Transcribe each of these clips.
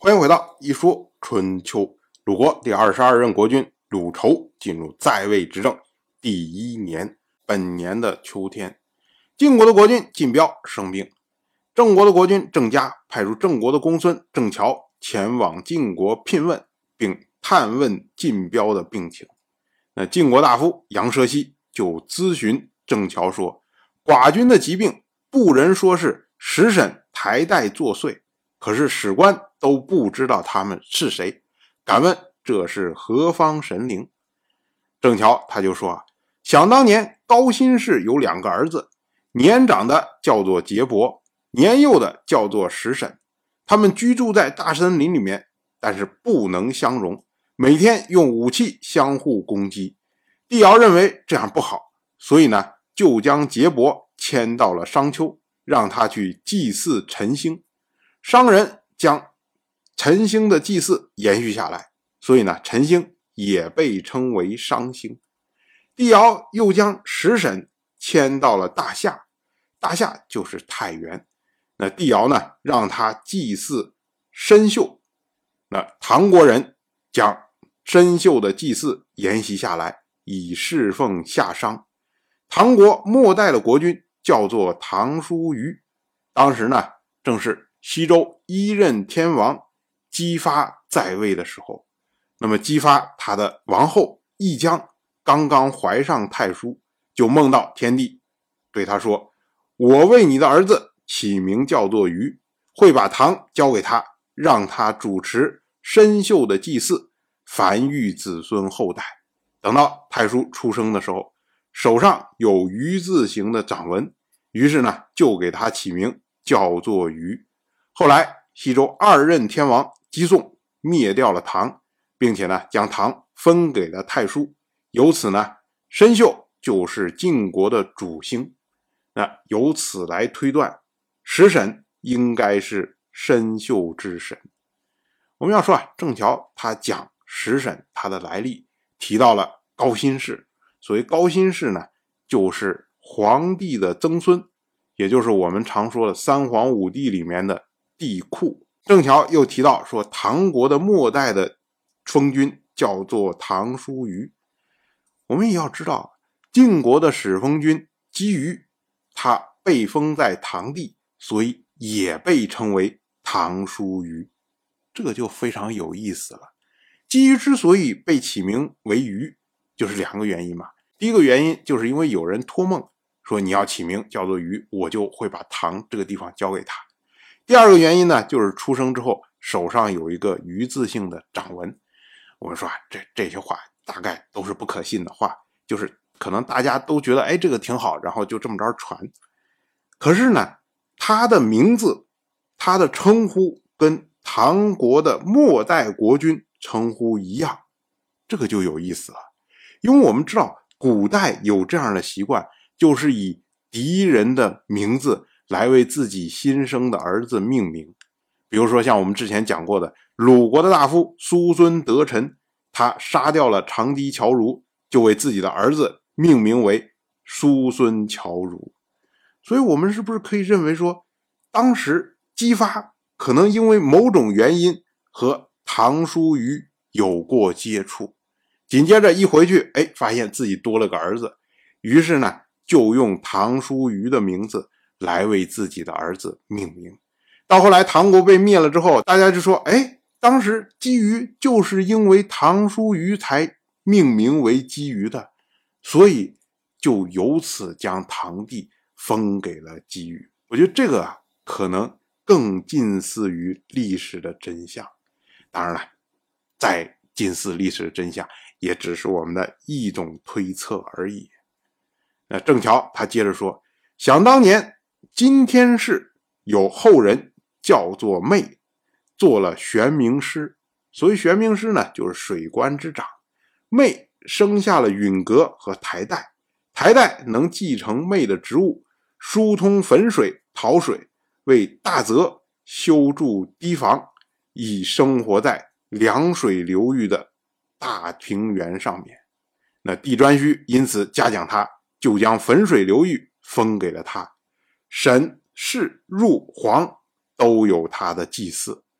欢迎回到一说春秋。鲁国第22任国君鲁仇进入在位执政第1年，本年的秋天，晋国的国君晋彪生病，郑国的国君郑家派出郑国的公孙郑乔前往晋国聘问，并探问晋彪的病情。那晋国大夫杨奢西就咨询郑乔说，寡君的疾病不人说是使审台代作祟，可是史官都不知道他们是谁，敢问这是何方神灵？郑乔他就说想当年高辛氏有2个儿子，年长的叫做桀伯，年幼的叫做史审，他们居住在大森林里面，但是不能相容，每天用武器相互攻击。帝尧认为这样不好，所以呢就将桀伯迁到了商丘，让他去祭祀陈星。商人将陈星的祭祀延续下来，所以呢陈星也被称为商星。帝尧又将史审迁到了大夏，大夏就是太原。那帝尧呢让他祭祀申宿，那唐国人将申宿的祭祀沿袭下来，以侍奉夏商。唐国末代的国君叫做唐叔虞，当时呢正是西周1任天王姬发在位的时候。那么姬发他的王后易姜刚刚怀上太叔，就梦到天帝对他说，我为你的儿子起名叫做虞，会把唐交给他，让他主持申宿的祭祀，繁育子孙后代。等到太叔出生的时候，手上有虞字形的掌纹，于是呢就给他起名叫做虞。后来西周2任天王姬诵灭掉了唐，并且呢将唐分给了太叔，由此呢申宿就是晋国的主星。那由此来推断，史审应该是申宿之神。我们要说郑乔他讲史审他的来历，提到了高辛氏。所谓高辛氏呢，就是皇帝的曾孙，也就是我们常说的3皇5帝里面的帝喾。郑乔又提到说，唐国的末代的封君叫做唐叔虞。我们也要知道，晋国的始封君姬于，他被封在唐地，所以也被称为唐叔虞。这个就非常有意思了。姬于之所以被起名为虞，就是2个原因嘛。第一个原因就是因为有人托梦说你要起名叫做虞，我就会把唐这个地方交给他。第二个原因呢，就是出生之后手上有一个虞字姓的掌纹。我们说这些话大概都是不可信的话，就是可能大家都觉得这个挺好，然后就这么着传。可是呢他的名字他的称呼跟唐国的末代国君称呼一样，这个就有意思了。因为我们知道古代有这样的习惯，就是以敌人的名字来为自己新生的儿子命名。比如说像我们之前讲过的鲁国的大夫叔孙得臣，他杀掉了长堤乔如，就为自己的儿子命名为叔孙乔如。所以我们是不是可以认为说，当时姬发可能因为某种原因和唐叔虞有过接触，紧接着一回去发现自己多了个儿子，于是呢就用唐叔虞的名字来为自己的儿子命名。到后来唐国被灭了之后，大家就说当时姬于就是因为唐叔虞才命名为姬于的，所以就由此将唐地封给了姬于。我觉得这个可能更近似于历史的真相。当然了，再近似历史的真相也只是我们的一种推测而已。那郑乔他接着说，想当年今天氏有后人叫做昧，做了玄冥师。所谓玄冥师呢，就是水官之长。昧生下了允格和台代，台代能继承昧的职务，疏通汾水、桃水，为大泽修筑堤防，以生活在凉水流域的大平原上面。那帝颛顼因此嘉奖他，就将汾水流域封给了他。沈、氏、入、黄都有他的祭祀。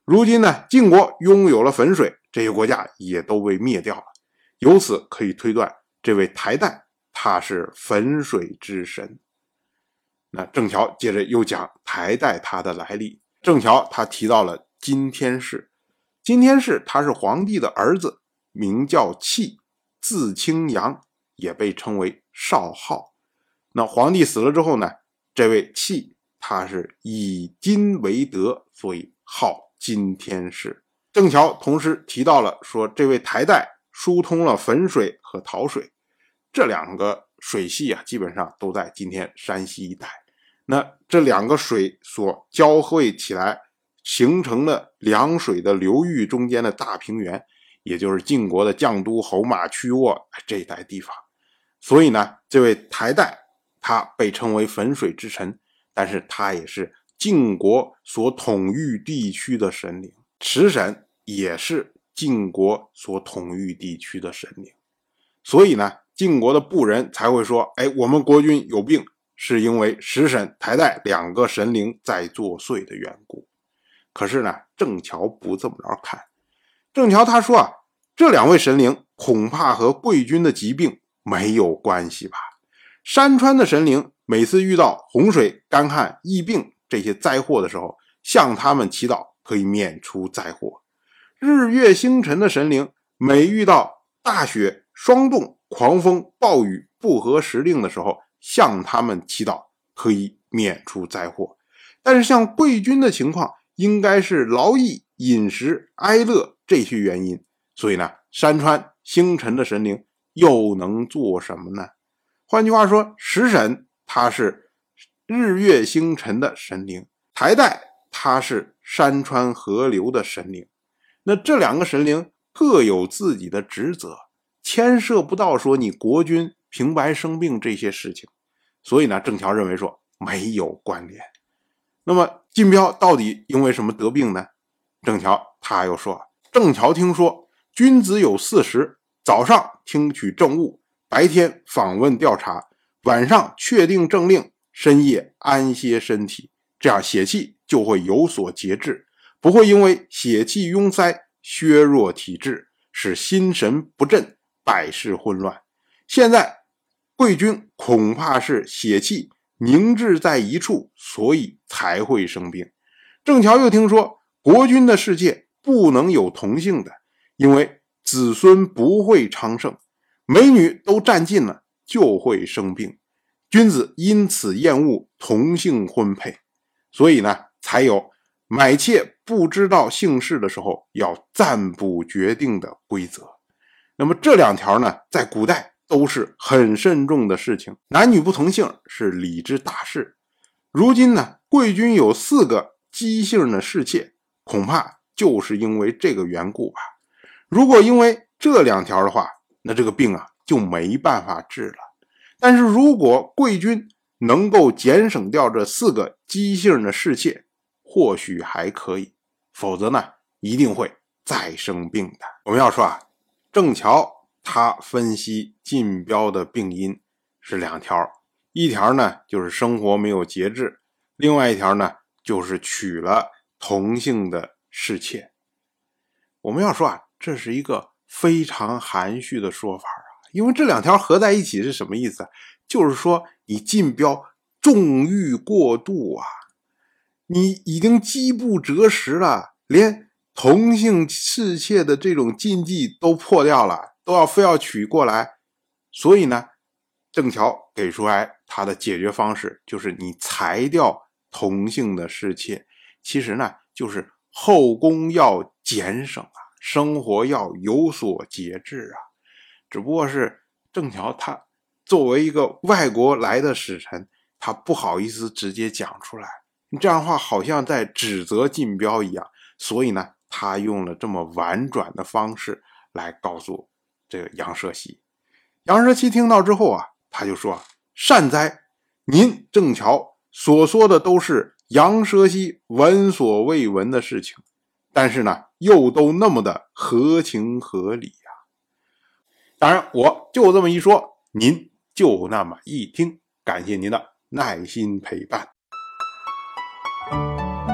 如今呢，晋国拥有了汾水，这些国家也都被灭掉了。由此可以推断，这位台代他是汾水之神。那郑桥接着又讲台代他的来历。郑桥他提到了金天士，金天士他是皇帝的儿子，名叫契，字清阳，也被称为少昊。那皇帝死了之后呢，这位契他是以金为德，所以号金天士。郑桥同时提到了说，这位台代疏通了汾水和桃水，这两个水系啊，基本上都在今天山西一带。那这两个水所交汇起来形成的两水的流域中间的大平原，也就是晋国的绛都、侯马、曲沃这一带地方。所以呢，这位台代他被称为汾水之神，但是他也是晋国所统御地区的神灵，池神也是晋国所统御地区的神灵。所以呢，晋国的部人才会说，我们国君有病，是因为石神、台代两个神灵在作祟的缘故。可是呢，郑桥不这么着看。郑桥他说这两位神灵恐怕和贵军的疾病没有关系吧。山川的神灵每次遇到洪水、干旱、疫病这些灾祸的时候，向他们祈祷可以免除灾祸。日月星辰的神灵每遇到大雪、霜冻、狂风、暴雨、不合时令的时候，向他们祈祷可以免除灾祸。但是像贵军的情况，应该是劳役、饮食、哀乐这些原因，所以呢，山川星辰的神灵又能做什么呢？换句话说，石神他是日月星辰的神灵，台代他是山川河流的神灵。那这两个神灵各有自己的职责，牵涉不到说你国君平白生病这些事情。所以呢，郑桥认为说没有关联。那么晋彪到底因为什么得病呢？郑桥他又说，郑桥听说君子有40，早上听取政务，白天访问调查，晚上确定政令，深夜安歇身体，这样血气就会有所节制，不会因为血气壅塞削弱体质，使心神不振，百事混乱。现在贵军恐怕是血气凝滞在一处，所以才会生病。郑桥又听说国君的世界不能有同性的，因为子孙不会昌盛，美女都占尽了就会生病，君子因此厌恶同性婚配，所以呢，才有买妾不知道姓氏的时候要暂不决定的规则。那么这两条呢，在古代都是很慎重的事情，男女不同姓是礼之大事。如今呢，贵军有4个姬姓的侍妾，恐怕就是因为这个缘故吧。如果因为这两条的话，那这个病就没办法治了。但是如果贵军能够减省掉这4个姬姓的侍妾，或许还可以，否则呢，一定会再生病的。我们要说郑桥他分析晋彪的病因是2条，一条呢就是生活没有节制，另外一条呢就是娶了同性的侍妾。我们要说这是一个非常含蓄的说法因为这2条合在一起是什么意思就是说你晋彪纵欲过度你已经饥不择食了，连同性侍妾的这种禁忌都破掉了，都非要娶过来。所以呢，郑桥给出来他的解决方式就是你裁掉同性的侍妾，其实呢就是后宫要减省生活要有所节制只不过是郑桥他作为一个外国来的使臣，他不好意思直接讲出来，这样的话好像在指责晋彪一样，所以呢他用了这么婉转的方式来告诉这个杨舍西。杨舍西听到之后他就说，善哉，您郑桥所说的都是杨舍西闻所未闻的事情，但是呢又都那么的合情合理当然我就这么一说，您就那么一听，感谢您的耐心陪伴。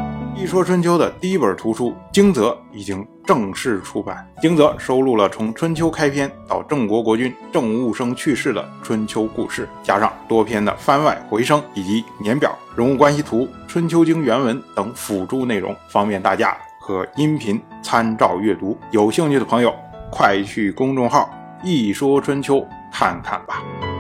一说春秋的第一本图书《惊泽》已经正式出版。《惊泽》收录了从春秋开篇到郑国国君郑务生去世的春秋故事，加上多篇的番外回声以及年表、人物关系图、春秋经原文等辅助内容，方便大家和音频参照阅读。有兴趣的朋友快去公众号一说春秋看看吧。